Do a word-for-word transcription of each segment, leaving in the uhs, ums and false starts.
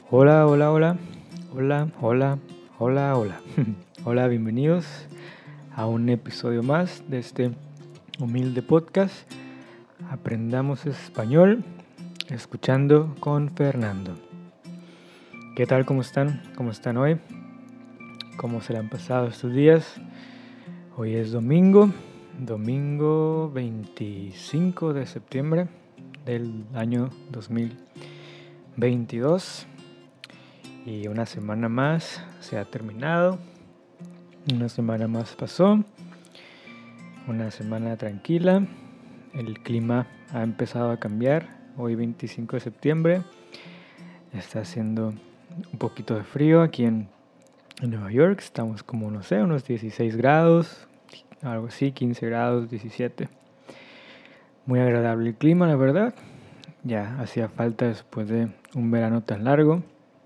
Hola, hola, hola, hola, hola, hola, hola. Hola, bienvenidos a un episodio más de este humilde podcast. Aprendamos español escuchando con Fernando. ¿Qué tal? ¿Cómo están? ¿Cómo están hoy? ¿Cómo se le han pasado estos días? Hoy es domingo, domingo veinticinco de septiembre del año dos mil veintidós. Y una semana más se ha terminado, una semana más pasó, una semana tranquila, el clima ha empezado a cambiar, hoy veinticinco de septiembre, está haciendo un poquito de frío aquí en, en Nueva York, estamos como no sé, unos dieciséis grados, algo así, quince grados, diecisiete, muy agradable el clima la verdad, ya hacía falta después de un verano tan largo.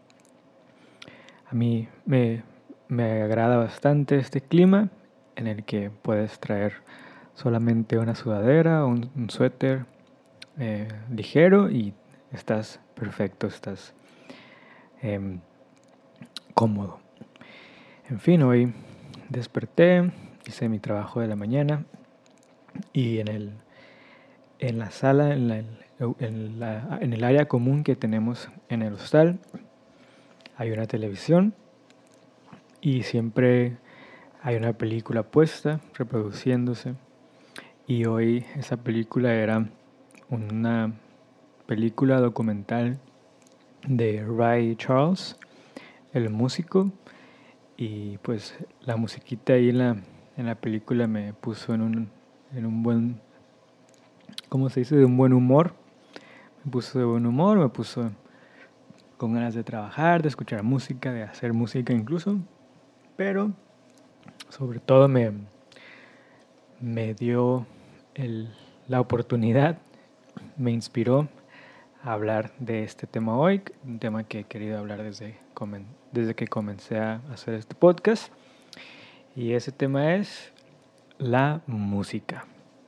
A mí me, me agrada bastante este clima en el que puedes traer solamente una sudadera o un, un suéter eh, ligero y estás perfecto, estás eh, cómodo. En fin, hoy desperté, hice mi trabajo de la mañana y en, el, en la sala, en, la, en, la, en el área común que tenemos en el hostal, hay una televisión y siempre hay una película puesta, reproduciéndose. Y hoy esa película era una película documental de Ray Charles, el músico. Y pues la musiquita ahí en la, en la película me puso en un, en un buen, ¿cómo se dice? De un buen humor. Me puso de buen humor, me puso con ganas de trabajar, de escuchar música, de hacer música incluso. Pero sobre todo me, me dio el, la oportunidad, me inspiró a hablar de este tema hoy, un tema que he querido hablar desde, desde que comencé a hacer este podcast. Y ese tema es la música.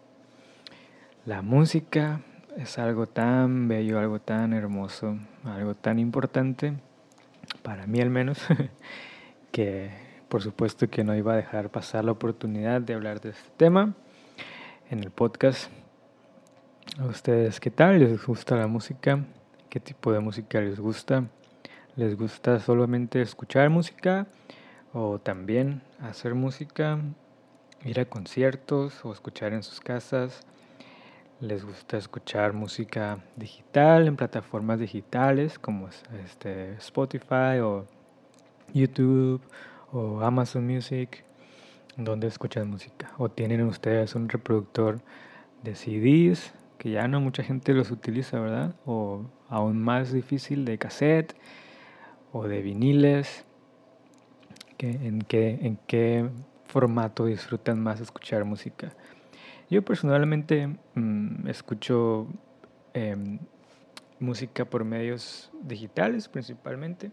La música es algo tan bello, algo tan hermoso, algo tan importante, para mí al menos, que por supuesto que no iba a dejar pasar la oportunidad de hablar de este tema en el podcast. ¿A ustedes qué tal? ¿Les gusta la música? ¿Qué tipo de música les gusta? ¿Les gusta solamente escuchar música o también hacer música, ir a conciertos o escuchar en sus casas? ¿Les gusta escuchar música digital en plataformas digitales como este, Spotify o YouTube o Amazon Music? ¿Dónde escuchan música? ¿O tienen ustedes un reproductor de C Ds que ya no mucha gente los utiliza, ¿verdad? O aún más difícil, de cassette o de viniles. ¿Qué, en, qué, ¿En qué formato disfrutan más escuchar música? Yo personalmente mmm, escucho eh, música por medios digitales principalmente.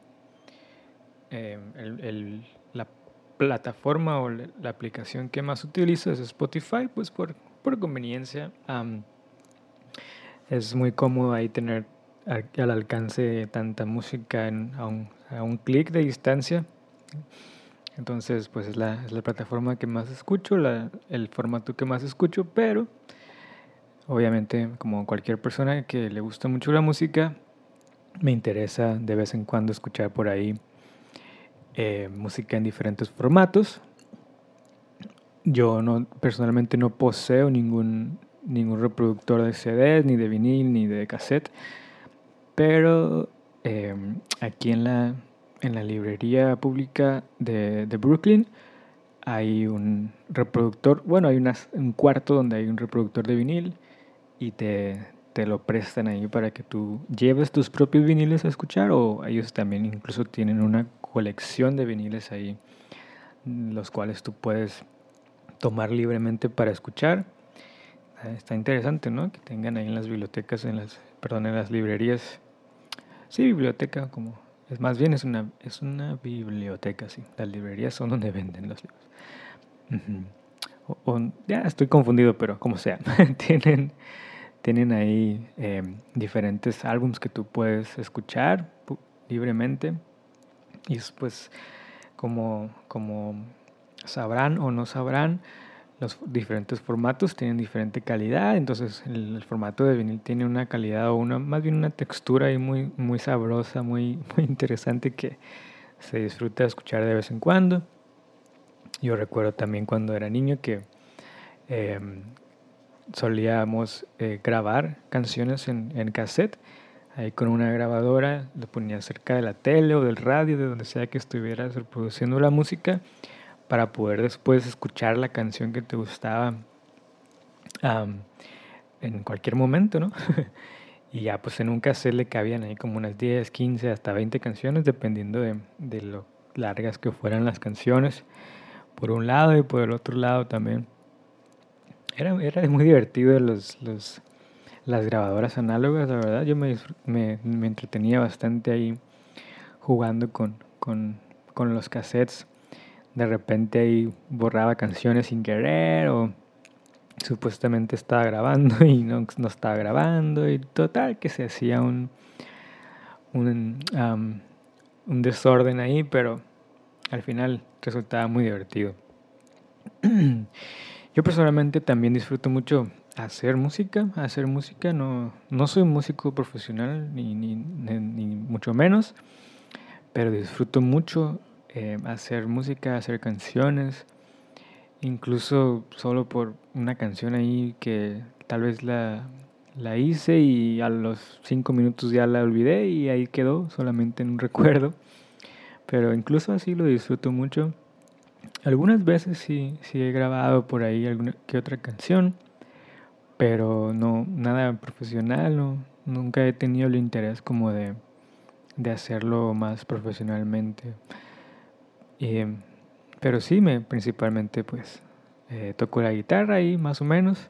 Eh, el, el, la plataforma o la aplicación que más utilizo es Spotify, pues por, por conveniencia. Um, es muy cómodo ahí tener al, al alcance tanta música en, a un, a un clic de distancia. Entonces, pues es la, es la plataforma que más escucho, la, el formato que más escucho, pero obviamente, como cualquier persona que le gusta mucho la música, me interesa de vez en cuando escuchar por ahí eh, música en diferentes formatos. Yo no, personalmente no poseo ningún, ningún reproductor de C D, ni de vinil, ni de cassette, pero eh, aquí en la, en la librería pública de, de Brooklyn hay un reproductor, bueno, hay una, un cuarto donde hay un reproductor de vinil y te, te lo prestan ahí para que tú lleves tus propios viniles a escuchar, o ellos también incluso tienen una colección de viniles ahí, los cuales tú puedes tomar libremente para escuchar. Está interesante, ¿no? Que tengan ahí en las bibliotecas, en las, perdón, en las librerías. Sí, biblioteca, como es más bien es una es una biblioteca, sí. Las librerías son donde venden los libros. Uh-huh. O, o, ya estoy confundido, pero como sea, tienen tienen ahí eh, diferentes álbums que tú puedes escuchar, libremente. Y pues como, como sabrán o no sabrán, los diferentes formatos tienen diferente calidad. Entonces el, el formato de vinil tiene una calidad o una, más bien una textura ahí muy, muy sabrosa, muy, muy interesante que se disfruta escuchar de vez en cuando. Yo recuerdo también cuando era niño que eh, solíamos eh, grabar canciones en, en cassette, ahí con una grabadora, lo ponía cerca de la tele o del radio, de donde sea que estuvieras reproduciendo la música, para poder después escuchar la canción que te gustaba um, en cualquier momento, ¿no? Y ya pues en un cassette le cabían ahí como unas diez, quince, hasta veinte canciones, dependiendo de, de lo largas que fueran las canciones, por un lado y por el otro lado también. Era, era muy divertido los, los, las grabadoras análogas, la verdad. Yo me, me, me entretenía bastante ahí jugando con, con, con los cassettes. De repente ahí borraba canciones sin querer o supuestamente estaba grabando y no, no estaba grabando. Y total que se hacía un, un, um, un desorden ahí, pero al final resultaba muy divertido. Yo personalmente también disfruto mucho hacer música, hacer música, no, no soy músico profesional ni, ni, ni, ni mucho menos, pero disfruto mucho eh, hacer música, hacer canciones, incluso solo por una canción ahí que tal vez la, la hice y a los cinco minutos ya la olvidé y ahí quedó solamente en un recuerdo, pero incluso así lo disfruto mucho. Algunas veces sí, sí he grabado por ahí alguna que otra canción, pero no, nada profesional, no, nunca he tenido el interés como de, de hacerlo más profesionalmente. Eh, pero sí, me principalmente pues eh, toco la guitarra ahí más o menos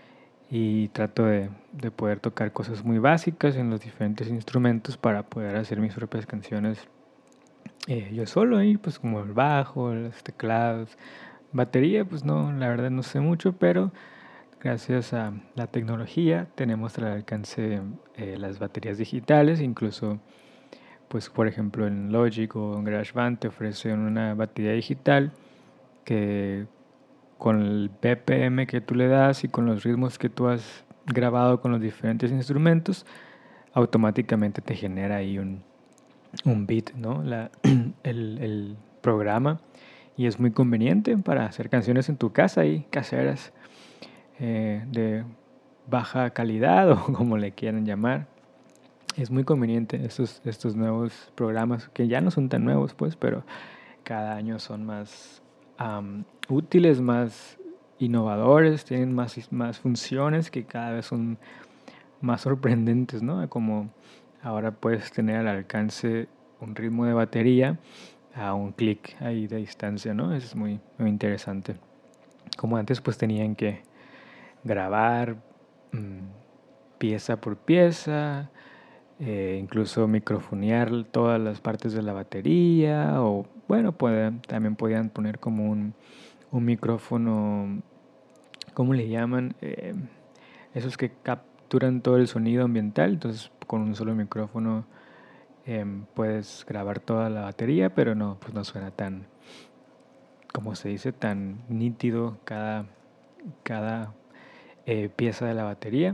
y trato de, de poder tocar cosas muy básicas en los diferentes instrumentos para poder hacer mis propias canciones eh, yo solo ahí, pues como el bajo, los teclados, batería, pues no, la verdad no sé mucho, pero gracias a la tecnología tenemos al alcance eh, las baterías digitales, incluso pues por ejemplo en Logic o en GarageBand te ofrecen una batería digital que con el B P M que tú le das y con los ritmos que tú has grabado con los diferentes instrumentos, automáticamente te genera ahí un, un beat, ¿no? La, el, el programa, y es muy conveniente para hacer canciones en tu casa y caseras eh, de baja calidad o como le quieran llamar. Es muy conveniente estos, estos nuevos programas que ya no son tan nuevos pues, pero cada año son más um, útiles, más innovadores, tienen más, más funciones que cada vez son más sorprendentes, ¿no? Como ahora puedes tener al alcance un ritmo de batería a un clic ahí de distancia, ¿no? Eso es muy, muy interesante. Como antes pues tenían que grabar mmm, pieza por pieza, eh, incluso microfonear todas las partes de la batería o bueno, pueden, también podían poner como un, un micrófono, ¿cómo le llaman? Eh, esos que capturan todo el sonido ambiental, entonces con un solo micrófono eh, puedes grabar toda la batería, pero no, pues no suena tan, como se dice, tan nítido cada, cada eh, pieza de la batería.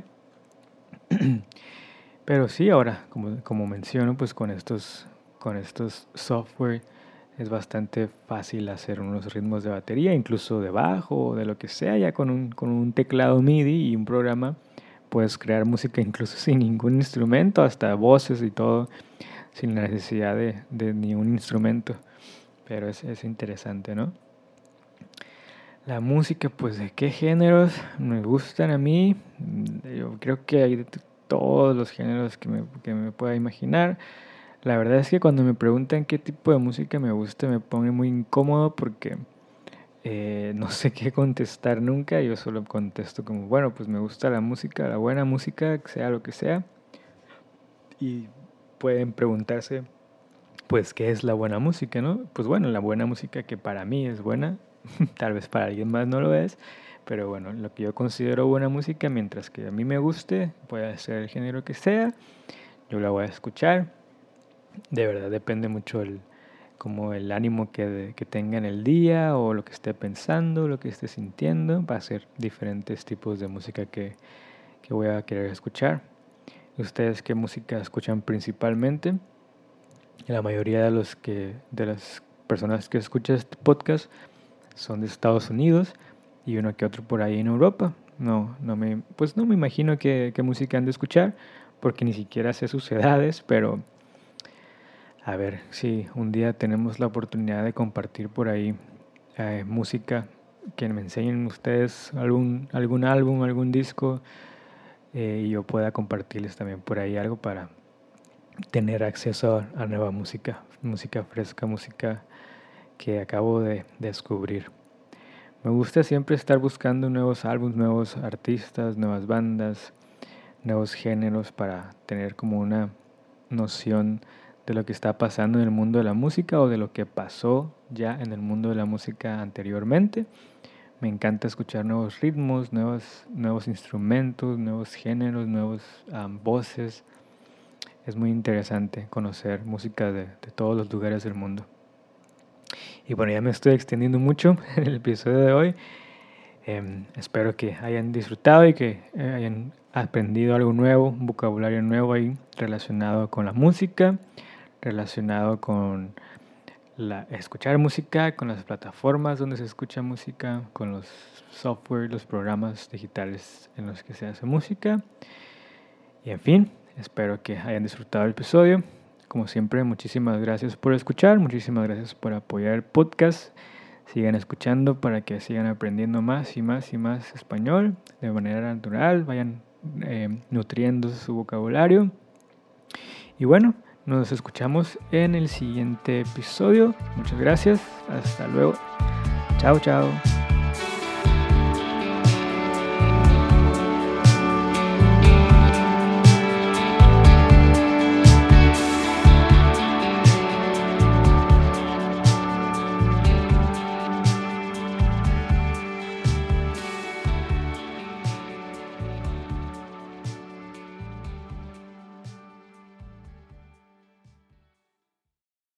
Pero sí, ahora, como, como menciono, pues con estos, con estos software es bastante fácil hacer unos ritmos de batería, incluso de bajo o de lo que sea, ya con un, con un teclado M I D I y un programa puedes crear música incluso sin ningún instrumento, hasta voces y todo, sin la necesidad de, de ni un instrumento. Pero es, es interesante, ¿no? La música, pues de qué géneros me gustan a mí. Yo creo que hay de todos los géneros que me, que me pueda imaginar. La verdad es que cuando me preguntan qué tipo de música me gusta me pone muy incómodo porque eh, no sé qué contestar nunca. Yo solo contesto como, bueno, pues me gusta la música, la buena música, sea lo que sea. Y pueden preguntarse, pues, ¿qué es la buena música, no? Pues bueno, la buena música que para mí es buena, tal vez para alguien más no lo es, pero bueno, lo que yo considero buena música, mientras que a mí me guste, puede ser el género que sea, yo la voy a escuchar. de verdad depende mucho el, como el ánimo que, que tenga en el día o lo que esté pensando, lo que esté sintiendo. Va a ser diferentes tipos de música que, que voy a querer escuchar. ¿Ustedes qué música escuchan principalmente? La mayoría de los que de las personas que escuchan este podcast son de Estados Unidos y uno que otro por ahí en Europa. No, no me, pues no me imagino qué, qué música han de escuchar porque ni siquiera sé sus edades, pero a ver si un día tenemos la oportunidad de compartir por ahí eh, música, que me enseñen ustedes algún, algún álbum, algún disco, eh, y yo pueda compartirles también por ahí algo para tener acceso a, a nueva música, música fresca, música que acabo de descubrir. Me gusta siempre estar buscando nuevos álbumes, nuevos artistas, nuevas bandas, nuevos géneros para tener como una noción de lo que está pasando en el mundo de la música o de lo que pasó ya en el mundo de la música anteriormente. Me encanta escuchar nuevos ritmos, nuevos, nuevos instrumentos, nuevos géneros, nuevas um, voces. Es muy interesante conocer música de, de todos los lugares del mundo. Y bueno, ya me estoy extendiendo mucho en el episodio de hoy. Eh, espero que hayan disfrutado y que eh, hayan aprendido algo nuevo, un vocabulario nuevo ahí relacionado con la música, relacionado con la, escuchar música, con las plataformas donde se escucha música, con los software, los programas digitales en los que se hace música. Y en fin, espero que hayan disfrutado el episodio. Como siempre, muchísimas gracias por escuchar, muchísimas gracias por apoyar el podcast. Sigan escuchando para que sigan aprendiendo más y más y más español de manera natural, vayan eh, nutriendo su vocabulario. Y bueno, nos escuchamos en el siguiente episodio. Muchas gracias, hasta luego. Chao, chao.